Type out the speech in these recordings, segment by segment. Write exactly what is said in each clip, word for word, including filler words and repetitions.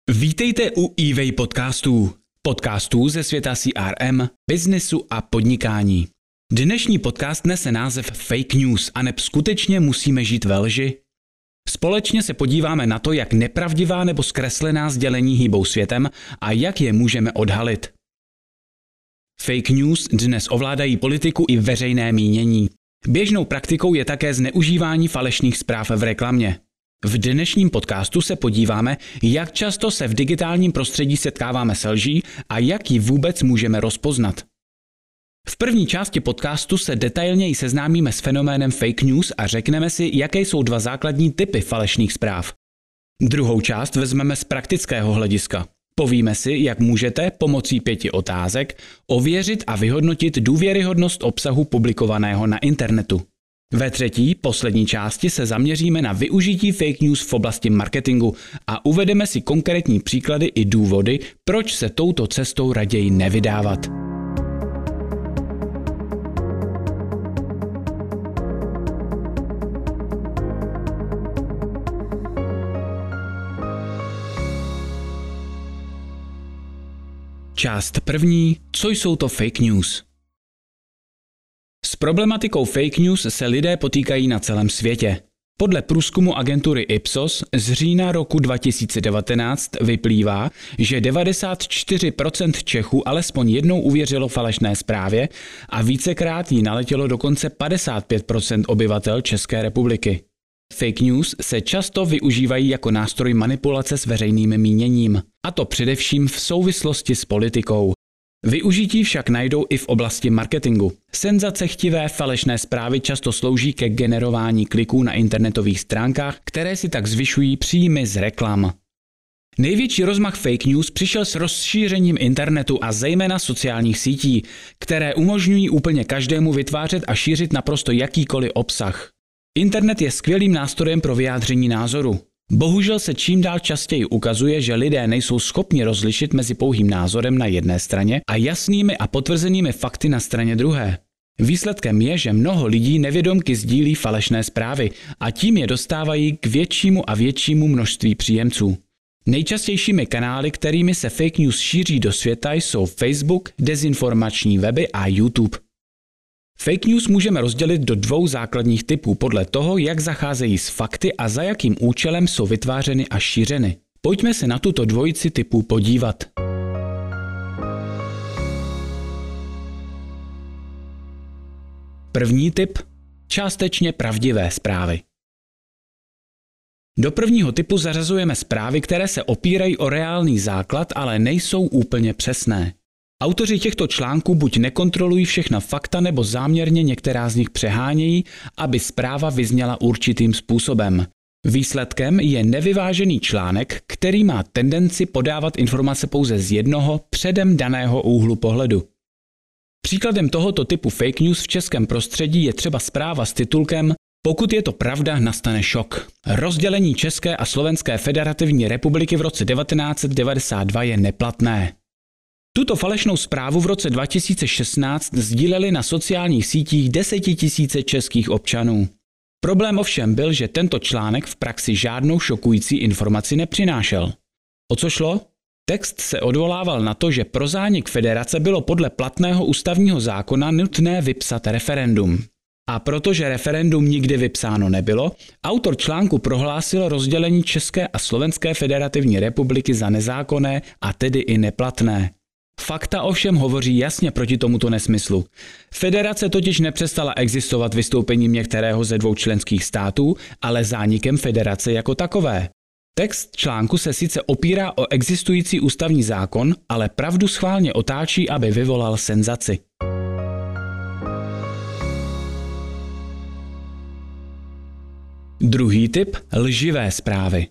Vítejte u eWay podcastů. Podcastů ze světa C R M, biznesu a podnikání. Dnešní podcast nese název Fake News a neb skutečně musíme žít ve lži? Společně se podíváme na to, jak nepravdivá nebo zkreslená sdělení hýbou světem a jak je můžeme odhalit. Fake news dnes ovládají politiku i veřejné mínění. Běžnou praktikou je také zneužívání falešných zpráv v reklamě. V dnešním podcastu se podíváme, jak často se v digitálním prostředí setkáváme s lží a jak ji vůbec můžeme rozpoznat. V první části podcastu se detailněji seznámíme s fenoménem fake news a řekneme si, jaké jsou dva základní typy falešných zpráv. Druhou část vezmeme z praktického hlediska. Povíme si, jak můžete pomocí pěti otázek ověřit a vyhodnotit důvěryhodnost obsahu publikovaného na internetu. Ve třetí, poslední části se zaměříme na využití fake news v oblasti marketingu a uvedeme si konkrétní příklady i důvody, proč se touto cestou raději nevydávat. Část první. Co jsou to fake news? S problematikou fake news se lidé potýkají na celém světě. Podle průzkumu agentury Ipsos z října roku dva tisíce devatenáct vyplývá, že devadesát čtyři procent Čechů alespoň jednou uvěřilo falešné zprávě a vícekrát jí naletělo dokonce padesát pět procent obyvatel České republiky. Fake news se často využívají jako nástroj manipulace s veřejným míněním, a to především v souvislosti s politikou. Využití však najdou i v oblasti marketingu. Senzacechtivé falešné zprávy často slouží ke generování kliků na internetových stránkách, které si tak zvyšují příjmy z reklam. Největší rozmach fake news přišel s rozšířením internetu a zejména sociálních sítí, které umožňují úplně každému vytvářet a šířit naprosto jakýkoliv obsah. Internet je skvělým nástrojem pro vyjádření názoru. Bohužel se čím dál častěji ukazuje, že lidé nejsou schopni rozlišit mezi pouhým názorem na jedné straně a jasnými a potvrzenými fakty na straně druhé. Výsledkem je, že mnoho lidí nevědomky sdílí falešné zprávy a tím je dostávají k většímu a většímu množství příjemců. Nejčastějšími kanály, kterými se fake news šíří do světa, jsou Facebook, dezinformační weby a YouTube. Fake news můžeme rozdělit do dvou základních typů podle toho, jak zacházejí s fakty a za jakým účelem jsou vytvářeny a šířeny. Pojďme se na tuto dvojici typů podívat. První typ – částečně pravdivé zprávy. Do prvního typu zařazujeme zprávy, které se opírají o reálný základ, ale nejsou úplně přesné. Autoři těchto článků buď nekontrolují všechna fakta, nebo záměrně některá z nich přehánějí, aby zpráva vyzněla určitým způsobem. Výsledkem je nevyvážený článek, který má tendenci podávat informace pouze z jednoho předem daného úhlu pohledu. Příkladem tohoto typu fake news v českém prostředí je třeba zpráva s titulkem Pokud je to pravda, nastane šok. Rozdělení České a Slovenské federativní republiky v roce devatenáct set devadesát dva je neplatné. Tuto falešnou zprávu v roce dva tisíce šestnáct sdíleli na sociálních sítích desetitisíce českých občanů. Problém ovšem byl, že tento článek v praxi žádnou šokující informaci nepřinášel. O co šlo? Text se odvolával na to, že pro zánik federace bylo podle platného ústavního zákona nutné vypsat referendum. A protože referendum nikdy vypsáno nebylo, autor článku prohlásil rozdělení České a Slovenské federativní republiky za nezákonné a tedy i neplatné. Fakta ovšem hovoří jasně proti tomuto nesmyslu. Federace totiž nepřestala existovat vystoupením některého ze dvou členských států, ale zánikem federace jako takové. Text článku se sice opírá o existující ústavní zákon, ale pravdu schválně otáčí, aby vyvolal senzaci. Druhý typ – lživé zprávy.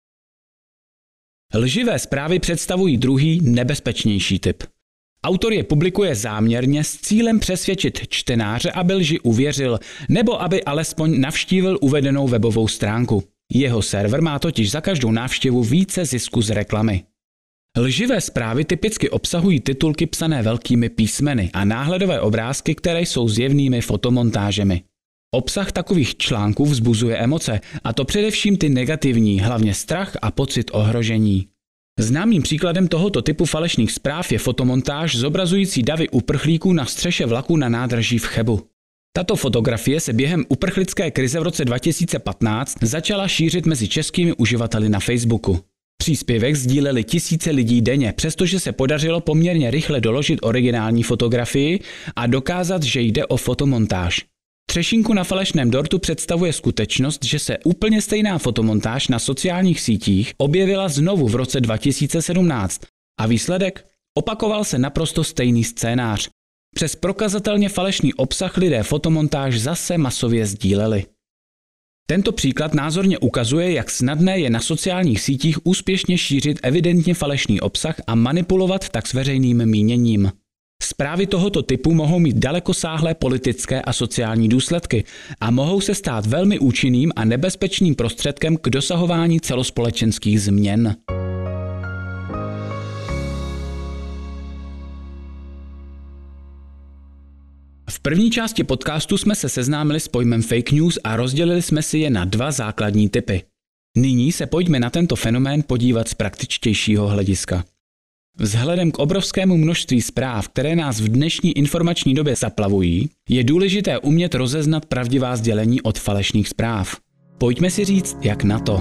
Lživé zprávy představují druhý, nebezpečnější typ. Autor je publikuje záměrně s cílem přesvědčit čtenáře, aby lži uvěřil, nebo aby alespoň navštívil uvedenou webovou stránku. Jeho server má totiž za každou návštěvu více zisku z reklamy. Lživé zprávy typicky obsahují titulky psané velkými písmeny a náhledové obrázky, které jsou zjevnými fotomontážemi. Obsah takových článků vzbuzuje emoce, a to především ty negativní, hlavně strach a pocit ohrožení. Známým příkladem tohoto typu falešných zpráv je fotomontáž zobrazující davy uprchlíků na střeše vlaku na nádraží v Chebu. Tato fotografie se během uprchlické krize v roce dva tisíce patnáct začala šířit mezi českými uživateli na Facebooku. Příspěvek sdíleli tisíce lidí denně, přestože se podařilo poměrně rychle doložit originální fotografii a dokázat, že jde o fotomontáž. Třešinku na falešném dortu představuje skutečnost, že se úplně stejná fotomontáž na sociálních sítích objevila znovu v roce dva tisíce sedmnáct a výsledek? Opakoval se naprosto stejný scénář. Přes prokazatelně falešný obsah lidé fotomontáž zase masově sdíleli. Tento příklad názorně ukazuje, jak snadné je na sociálních sítích úspěšně šířit evidentně falešný obsah a manipulovat tak s veřejným míněním. Zprávy tohoto typu mohou mít dalekosáhlé politické a sociální důsledky a mohou se stát velmi účinným a nebezpečným prostředkem k dosahování celospolečenských změn. V první části podcastu jsme se seznámili s pojmem fake news a rozdělili jsme si je na dva základní typy. Nyní se pojďme na tento fenomén podívat z praktičtějšího hlediska. Vzhledem k obrovskému množství zpráv, které nás v dnešní informační době zaplavují, je důležité umět rozeznat pravdivá sdělení od falešných zpráv. Pojďme si říct, jak na to.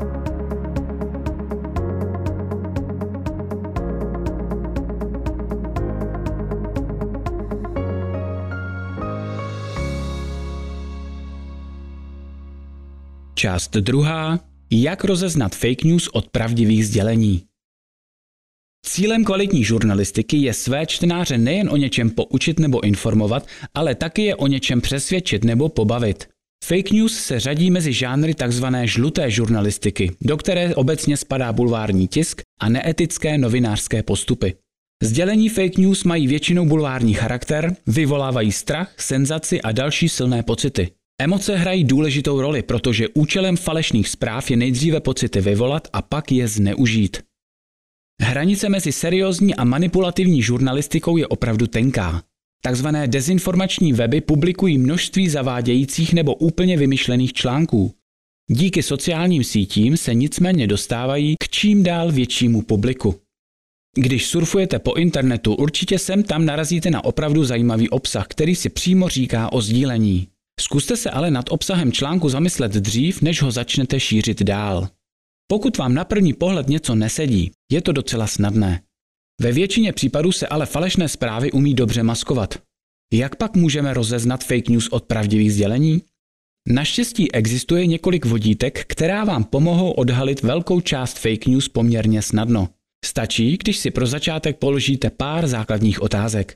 Část druhá. Jak rozeznat fake news od pravdivých sdělení. Cílem kvalitní žurnalistiky je své čtenáře nejen o něčem poučit nebo informovat, ale taky je o něčem přesvědčit nebo pobavit. Fake news se řadí mezi žánry tzv. Žluté žurnalistiky, do které obecně spadá bulvární tisk a neetické novinářské postupy. Sdělení fake news mají většinou bulvární charakter, vyvolávají strach, senzaci a další silné pocity. Emoce hrají důležitou roli, protože účelem falešných zpráv je nejdříve pocity vyvolat a pak je zneužít. Hranice mezi seriózní a manipulativní žurnalistikou je opravdu tenká. Takzvané dezinformační weby publikují množství zavádějících nebo úplně vymyšlených článků. Díky sociálním sítím se nicméně dostávají k čím dál většímu publiku. Když surfujete po internetu, určitě sem tam narazíte na opravdu zajímavý obsah, který si přímo říká o sdílení. Zkuste se ale nad obsahem článku zamyslet dřív, než ho začnete šířit dál. Pokud vám na první pohled něco nesedí, je to docela snadné. Ve většině případů se ale falešné zprávy umí dobře maskovat. Jak pak můžeme rozeznat fake news od pravdivých sdělení? Naštěstí existuje několik vodítek, která vám pomohou odhalit velkou část fake news poměrně snadno. Stačí, když si pro začátek položíte pár základních otázek.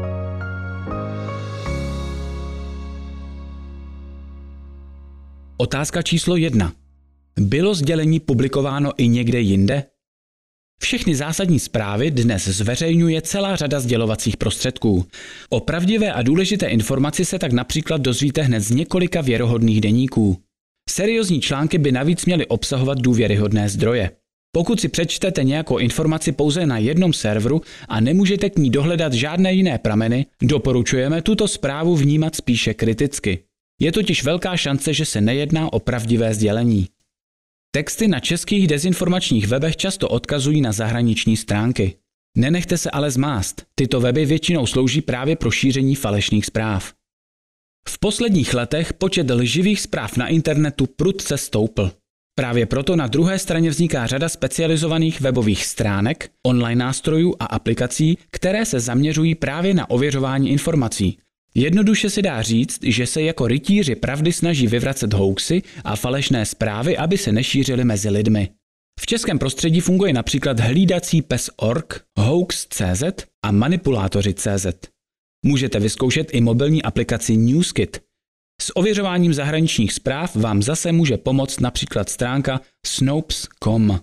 Otázka číslo jedna. Bylo sdělení publikováno i někde jinde? Všechny zásadní zprávy dnes zveřejňuje celá řada sdělovacích prostředků. O pravdivé a důležité informaci se tak například dozvíte hned z několika věrohodných deníků. Seriózní články by navíc měly obsahovat důvěryhodné zdroje. Pokud si přečtete nějakou informaci pouze na jednom serveru a nemůžete k ní dohledat žádné jiné prameny, doporučujeme tuto zprávu vnímat spíše kriticky. Je totiž velká šance, že se nejedná o pravdivé sdělení. Texty na českých dezinformačních webech často odkazují na zahraniční stránky. Nenechte se ale zmást, tyto weby většinou slouží právě pro šíření falešných zpráv. V posledních letech počet lživých zpráv na internetu prudce stoupl. Právě proto na druhé straně vzniká řada specializovaných webových stránek, online nástrojů a aplikací, které se zaměřují právě na ověřování informací. Jednoduše se dá říct, že se jako rytíři pravdy snaží vyvracet hoaxy a falešné zprávy, aby se nešířily mezi lidmi. V českém prostředí funguje například hlídací pes tečka org, hoax tečka cé zet a manipulátoři tečka cé zet. Můžete vyzkoušet i mobilní aplikaci Newskit. S ověřováním zahraničních zpráv vám zase může pomoct například stránka snopes tečka com.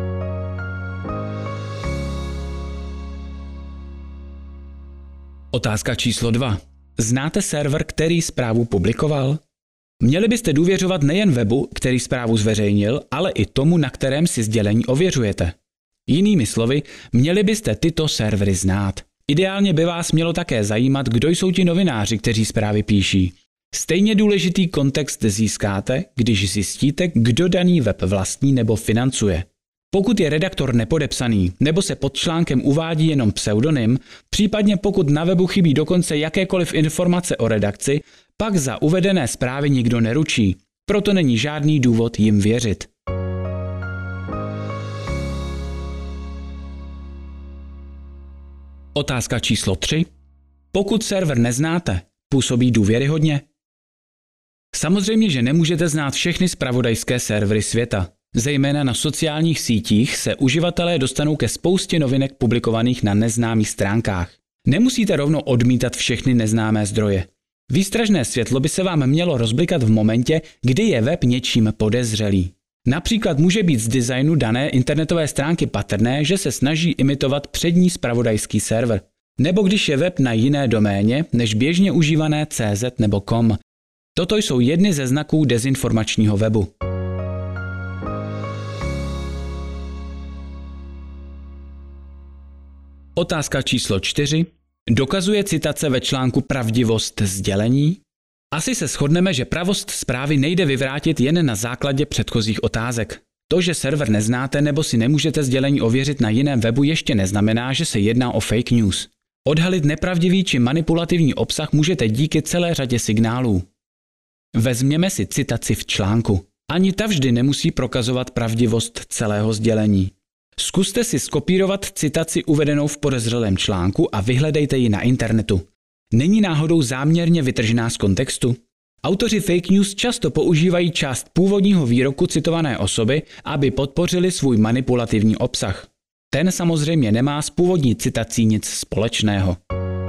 Otázka číslo dva. Znáte server, který zprávu publikoval? Měli byste důvěřovat nejen webu, který zprávu zveřejnil, ale i tomu, na kterém si sdělení ověřujete. Jinými slovy, měli byste tyto servery znát. Ideálně by vás mělo také zajímat, kdo jsou ti novináři, kteří zprávy píší. Stejně důležitý kontext získáte, když zjistíte, kdo daný web vlastní nebo financuje. Pokud je redaktor nepodepsaný nebo se pod článkem uvádí jenom pseudonym, případně pokud na webu chybí dokonce jakékoliv informace o redakci, pak za uvedené zprávy nikdo neručí, proto není žádný důvod jim věřit. Otázka číslo tři. Pokud server neznáte, působí důvěryhodně? Samozřejmě, že nemůžete znát všechny zpravodajské servery světa. Zejména na sociálních sítích se uživatelé dostanou ke spoustě novinek publikovaných na neznámých stránkách. Nemusíte rovnou odmítat všechny neznámé zdroje. Výstražné světlo by se vám mělo rozblikat v momentě, kdy je web něčím podezřelý. Například může být z designu dané internetové stránky patrné, že se snaží imitovat přední zpravodajský server. Nebo když je web na jiné doméně než běžně užívané C Z nebo com. Toto jsou jedny ze znaků dezinformačního webu. Otázka číslo čtyři. Dokazuje citace ve článku pravdivost sdělení? Asi se shodneme, že pravost zprávy nejde vyvrátit jen na základě předchozích otázek. To, že server neznáte nebo si nemůžete sdělení ověřit na jiném webu, ještě neznamená, že se jedná o fake news. Odhalit nepravdivý či manipulativní obsah můžete díky celé řadě signálů. Vezměme si citaci v článku. Ani ta vždy nemusí prokazovat pravdivost celého sdělení. Zkuste si skopírovat citaci uvedenou v podezřelém článku a vyhledejte ji na internetu. Není náhodou záměrně vytržená z kontextu? Autoři fake news často používají část původního výroku citované osoby, aby podpořili svůj manipulativní obsah. Ten samozřejmě nemá s původní citací nic společného.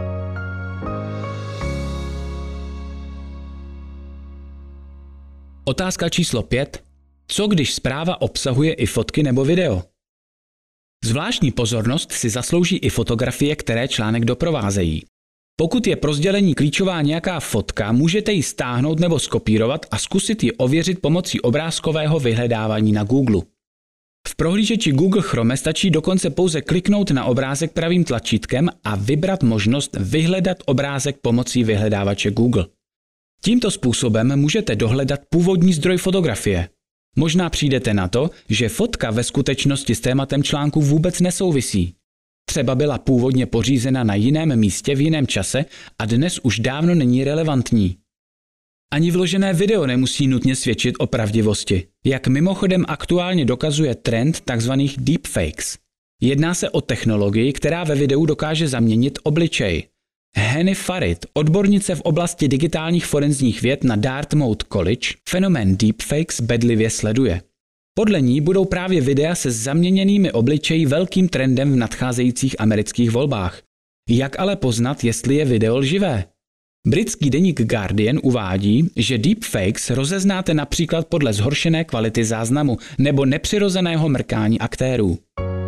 Otázka číslo pět. Co když zpráva obsahuje i fotky nebo video? Zvláštní pozornost si zaslouží i fotografie, které článek doprovázejí. Pokud je pro sdělení klíčová nějaká fotka, můžete ji stáhnout nebo skopírovat a zkusit ji ověřit pomocí obrázkového vyhledávání na Google. V prohlížeči Google Chrome stačí dokonce pouze kliknout na obrázek pravým tlačítkem a vybrat možnost vyhledat obrázek pomocí vyhledávače Google. Tímto způsobem můžete dohledat původní zdroj fotografie. Možná přijdete na to, že fotka ve skutečnosti s tématem článku vůbec nesouvisí. Třeba byla původně pořízena na jiném místě v jiném čase a dnes už dávno není relevantní. Ani vložené video nemusí nutně svědčit o pravdivosti, jak mimochodem aktuálně dokazuje trend tzv. Deepfakes. Jedná se o technologii, která ve videu dokáže zaměnit obličej. Henny Farid, odbornice v oblasti digitálních forenzních věd na Dartmouth College, fenomén deepfakes bedlivě sleduje. Podle ní budou právě videa se zaměněnými obličeji velkým trendem v nadcházejících amerických volbách. Jak ale poznat, jestli je video lživé? Britský deník Guardian uvádí, že deepfakes rozeznáte například podle zhoršené kvality záznamu nebo nepřirozeného mrkání aktérů.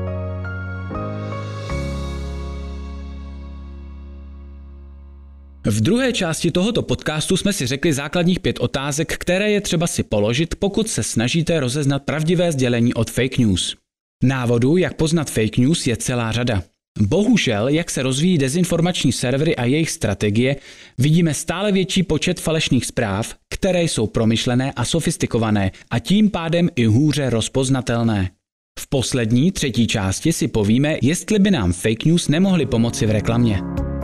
V druhé části tohoto podcastu jsme si řekli základních pět otázek, které je třeba si položit, pokud se snažíte rozeznat pravdivé sdělení od fake news. Návodů, jak poznat fake news, je celá řada. Bohužel, jak se rozvíjí dezinformační servery a jejich strategie, vidíme stále větší počet falešných zpráv, které jsou promyšlené a sofistikované a tím pádem i hůře rozpoznatelné. V poslední, třetí části si povíme, jestli by nám fake news nemohly pomoci v reklamě.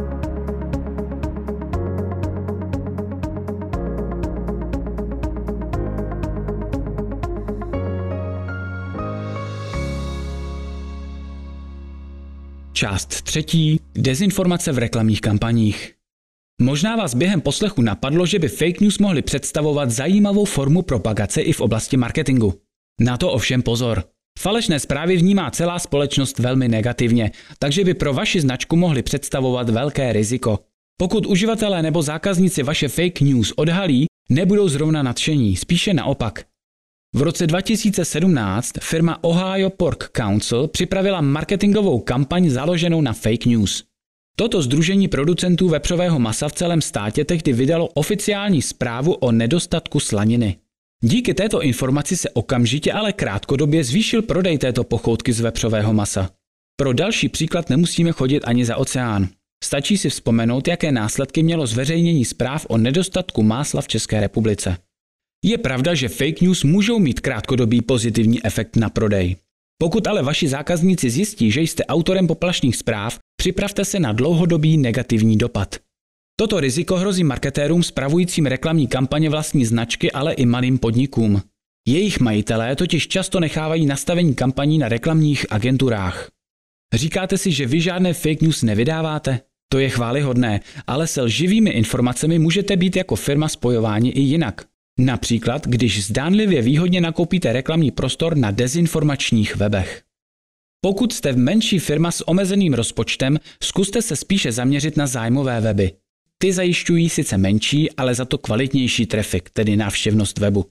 Část třetí. Dezinformace v reklamních kampaních. Možná vás během poslechu napadlo, že by fake news mohly představovat zajímavou formu propagace i v oblasti marketingu. Na to ovšem pozor. Falešné zprávy vnímá celá společnost velmi negativně, takže by pro vaši značku mohly představovat velké riziko. Pokud uživatelé nebo zákazníci vaše fake news odhalí, nebudou zrovna nadšení, spíše naopak. V roce dva tisíce sedmnáct firma Ohio Pork Council připravila marketingovou kampaň založenou na fake news. Toto sdružení producentů vepřového masa v celém státě tehdy vydalo oficiální zprávu o nedostatku slaniny. Díky této informaci se okamžitě, ale krátkodobě zvýšil prodej této pochoutky z vepřového masa. Pro další příklad nemusíme chodit ani za oceán. Stačí si vzpomenout, jaké následky mělo zveřejnění zpráv o nedostatku másla v České republice. Je pravda, že fake news můžou mít krátkodobý pozitivní efekt na prodej. Pokud ale vaši zákazníci zjistí, že jste autorem poplašných zpráv, připravte se na dlouhodobý negativní dopad. Toto riziko hrozí marketérům spravujícím reklamní kampaně vlastní značky, ale i malým podnikům. Jejich majitelé totiž často nechávají nastavení kampaní na reklamních agenturách. Říkáte si, že vy žádné fake news nevydáváte? To je chvályhodné, ale se lživými informacemi můžete být jako firma spojováni i jinak. Například, když zdánlivě výhodně nakoupíte reklamní prostor na dezinformačních webech. Pokud jste menší firma s omezeným rozpočtem, zkuste se spíše zaměřit na zájmové weby. Ty zajišťují sice menší, ale za to kvalitnější trafik, tedy návštěvnost webu.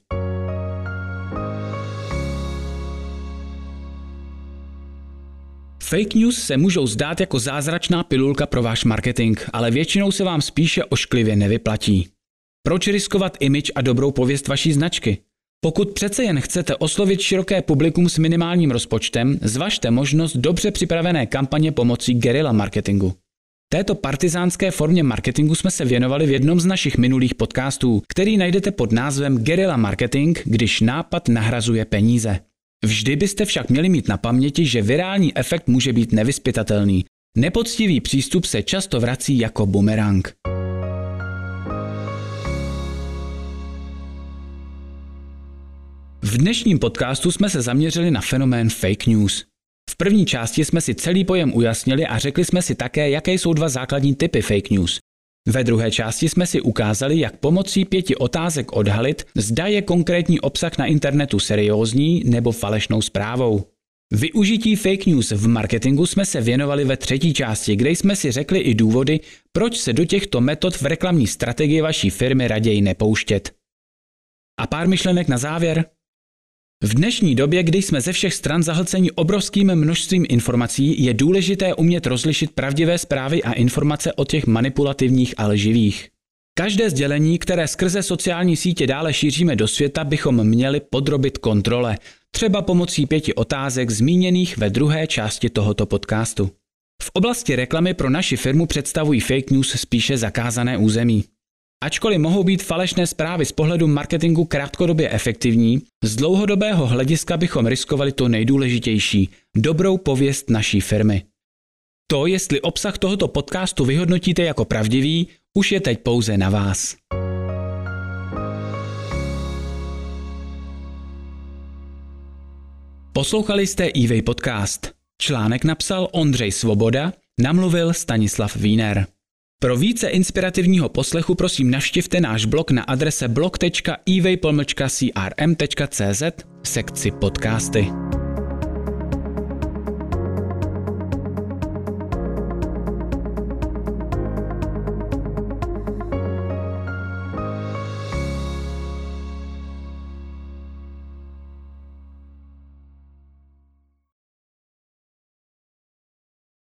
Fake news se můžou zdát jako zázračná pilulka pro váš marketing, ale většinou se vám spíše ošklivě nevyplatí. Proč riskovat image a dobrou pověst vaší značky? Pokud přece jen chcete oslovit široké publikum s minimálním rozpočtem, zvažte možnost dobře připravené kampaně pomocí guerilla marketingu. Této partizánské formě marketingu jsme se věnovali v jednom z našich minulých podcastů, který najdete pod názvem Guerilla marketing, když nápad nahrazuje peníze. Vždy byste však měli mít na paměti, že virální efekt může být nevyzpytatelný. Nepoctivý přístup se často vrací jako bumerang. V dnešním podcastu jsme se zaměřili na fenomén fake news. V první části jsme si celý pojem ujasnili a řekli jsme si také, jaké jsou dva základní typy fake news. Ve druhé části jsme si ukázali, jak pomocí pěti otázek odhalit, zda je konkrétní obsah na internetu seriózní nebo falešnou zprávou. Využití fake news v marketingu jsme se věnovali ve třetí části, kde jsme si řekli i důvody, proč se do těchto metod v reklamní strategii vaší firmy raději nepouštět. A pár myšlenek na závěr. V dnešní době, kdy jsme ze všech stran zahlceni obrovským množstvím informací, je důležité umět rozlišit pravdivé zprávy a informace od těch manipulativních a lživých. Každé sdělení, které skrze sociální sítě dále šíříme do světa, bychom měli podrobit kontrole, třeba pomocí pěti otázek zmíněných ve druhé části tohoto podcastu. V oblasti reklamy pro naši firmu představují fake news spíše zakázané území. Ačkoliv mohou být falešné zprávy z pohledu marketingu krátkodobě efektivní, z dlouhodobého hlediska bychom riskovali to nejdůležitější – dobrou pověst naší firmy. To, jestli obsah tohoto podcastu vyhodnotíte jako pravdivý, už je teď pouze na vás. Poslouchali jste eWay podcast. Článek napsal Ondřej Svoboda, namluvil Stanislav Wiener. Pro více inspirativního poslechu prosím navštivte náš blog na adrese blog tečka eway pomlčka c r m tečka c z v sekci podcasty.